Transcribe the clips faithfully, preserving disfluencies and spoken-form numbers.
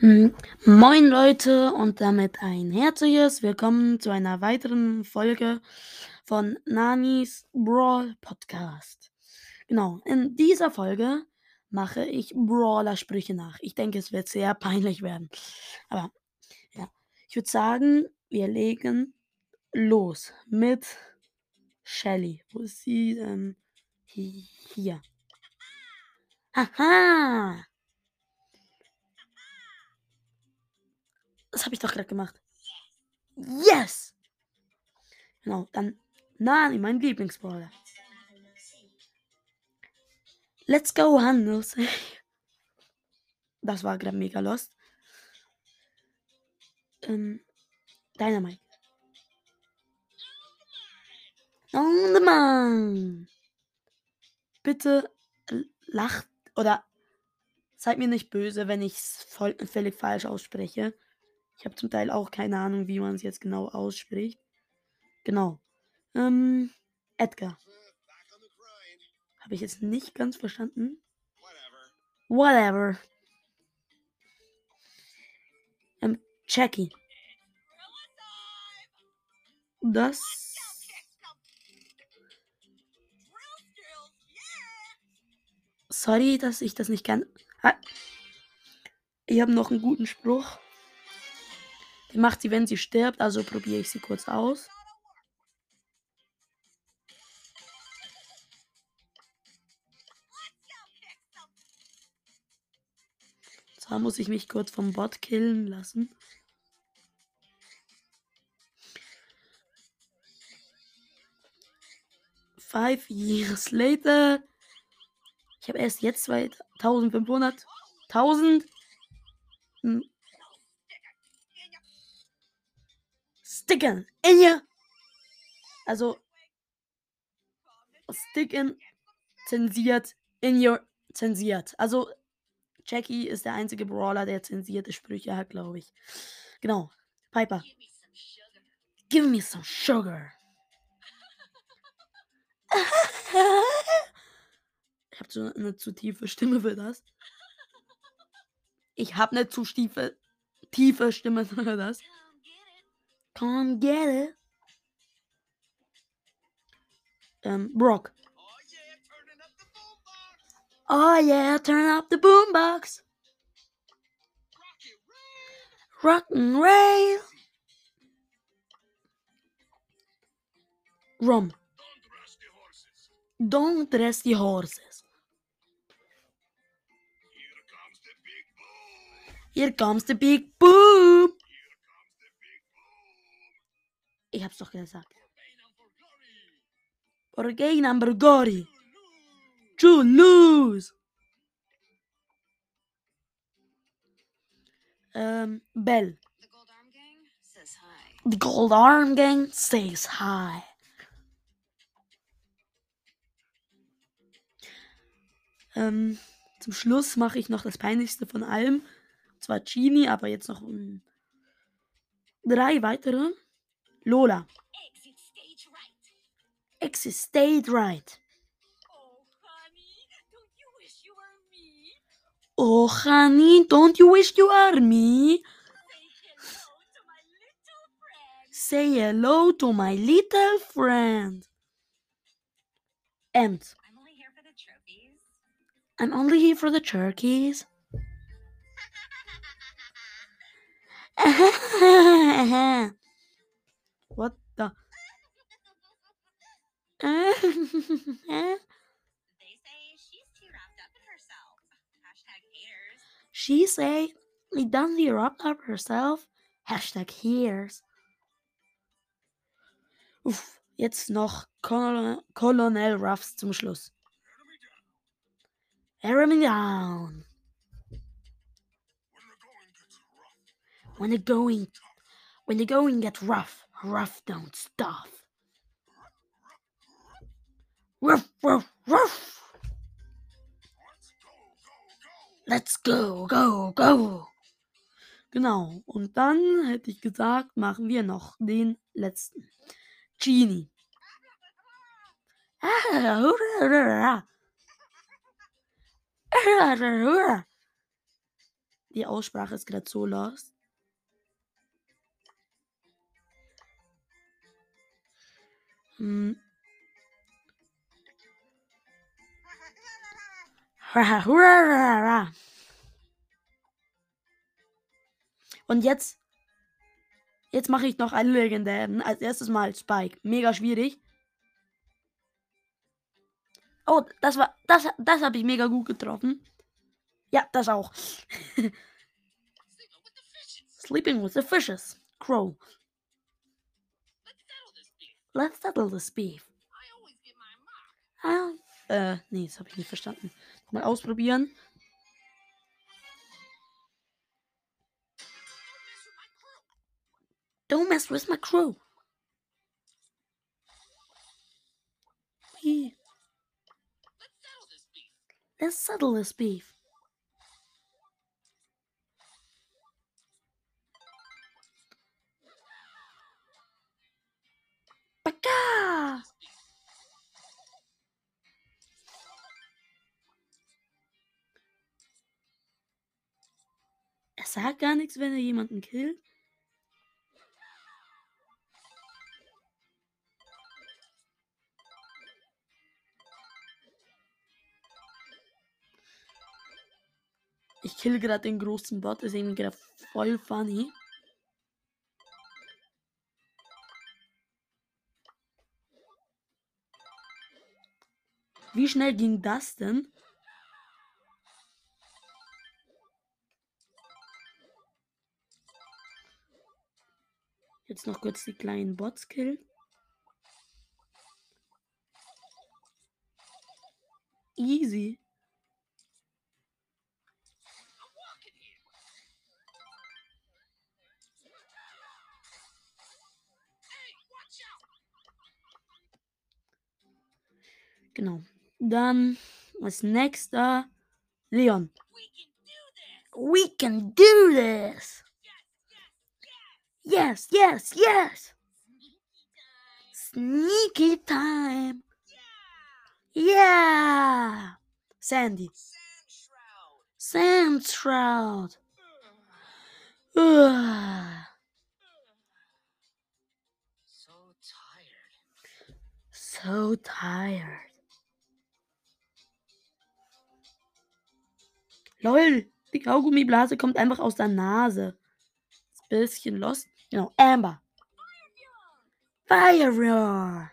Hm, Moin Leute und damit ein herzliches Willkommen zu einer weiteren Folge von Nanis Brawl Podcast. Genau, in dieser Folge mache ich Brawler-Sprüche nach. Ich denke, es wird sehr peinlich werden. Aber ja, ich würde sagen, wir legen los mit Shelly. Wo ist sie? Ähm, hi- hier. Haha! Das habe ich doch gerade gemacht. Yes! Genau, dann Nani, mein Lieblingsbrawler. Let's go, Hannes. Das war gerade mega lost. Ähm, Dynamite. Oh Mann. Bitte l- lacht oder seid mir nicht böse, wenn ich es völlig falsch ausspreche. Ich habe zum Teil auch keine Ahnung, wie man es jetzt genau ausspricht. Genau. Ähm, Edgar. Habe ich jetzt nicht ganz verstanden. Whatever. Ähm, Jackie. Das. Sorry, dass ich das nicht kann. Ah, ich habe noch einen guten Spruch. Den macht sie, wenn sie stirbt, also probiere ich sie kurz aus. Zwar muss ich mich kurz vom Bot killen lassen. Five years later. Ich habe erst jetzt zweitausendfünfhundert. tausend. Hm. Sticken in your. Also, sticken zensiert in your. Zensiert. Also, Jackie ist der einzige Brawler, der zensierte Sprüche hat, glaube ich. Genau. Piper. Give me some sugar. Ich habe so eine zu tiefe Stimme für das. Ich habe eine zu tiefe, tiefe Stimme für das. Come get it. Ähm, Brock. Oh yeah, turn up the boombox. Rock and rail. Rum. Don't rest the horses. Here comes the big boom. Ich hab's doch gesagt. Orgain Ambergori. To lose. Ähm, Bell. The Gold Arm Gang says hi. Ähm, zum Schluss mache ich noch das Peinlichste von allem. Und zwar Genie, aber jetzt noch um, drei weitere. Lola. Exit stayed right. Oh, honey, don't you wish you are me? Say hello to my little friend. And I'm only here for the turkeys. What the? She say it done the wrapped up herself. Hashtag hears. Uff, jetzt noch Colonel, Colonel Ruffs zum Schluss. Air me down. When the going, when the going get rough, rough don't stop. Ruff, ruff, ruff. Let's go, go, go. Genau, und dann hätte ich gesagt, machen wir noch den letzten. Genie. Die Aussprache ist gerade so lost. Hm. Und jetzt, jetzt mache ich noch einen legendären. Als erstes mal Spike. Mega schwierig. Oh, das war, das, das habe ich mega gut getroffen. Ja, das auch. Sleeping with the fishes. Crow. Let's settle this beef. Ah, äh, nee, das habe ich nicht verstanden. Mal ausprobieren. Don't mess with my crew. He. Let's settle this beef. Baka! Er sagt gar nichts, wenn er jemanden killt. Ich kill gerade den großen Bot, ist irgendwie gerade voll funny. Wie schnell ging das denn? Jetzt noch kurz die kleinen Bots killen. Easy. Genau. Dann als nächster Leon. We can do this. Yes, yes, yes. Sneaky time. Yeah. Sandy. Sand Shroud. Ugh. So tired. So tired. Lol, die Kaugummiblase kommt einfach aus der Nase. Ist ein bisschen lost. Genau, Amber. Fire Roar.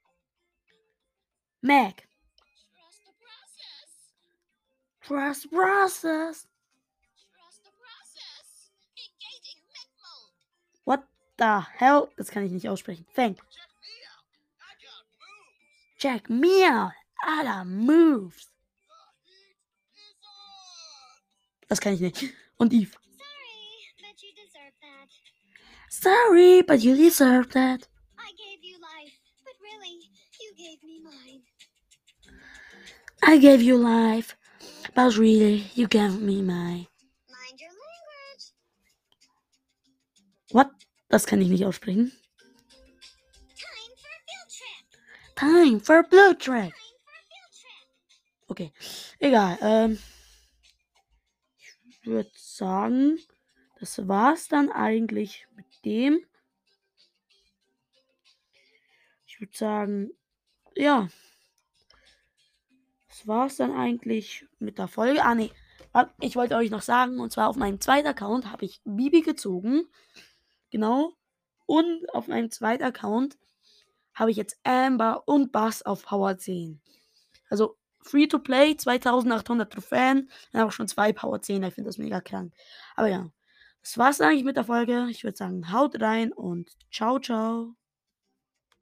Meg. Trust the process. Trust process. Trust the process. Engaging mech mode. What the hell? Das kann ich nicht aussprechen. Fang. Check me out. I got moves. Check me out. I got moves. Das kann ich nicht. Und Eve. Sorry, but you deserve that. Sorry, but you deserve that. I gave you life, but really, you gave me mine. I gave you life, but really, you gave me mine. Mind your language. What? Das kann ich nicht aussprechen. Time for field trip. Time for blue track. Time for field trip. Okay, egal. Ähm, ich würde sagen, das war's dann eigentlich mit dem. Ich würde sagen, ja. Das war's dann eigentlich mit der Folge. Ah, nee. Ich wollte euch noch sagen, und zwar auf meinem zweiten Account habe ich Bibi gezogen. Genau. Und auf meinem zweiten Account habe ich jetzt Amber und Bass auf Power zehn. Also free to play, zweitausendachthundert Trophäen. Dann habe ich schon zwei Power zehn. Ich finde das mega krank. Aber ja, das war's eigentlich mit der Folge. Ich würde sagen, haut rein und ciao, ciao.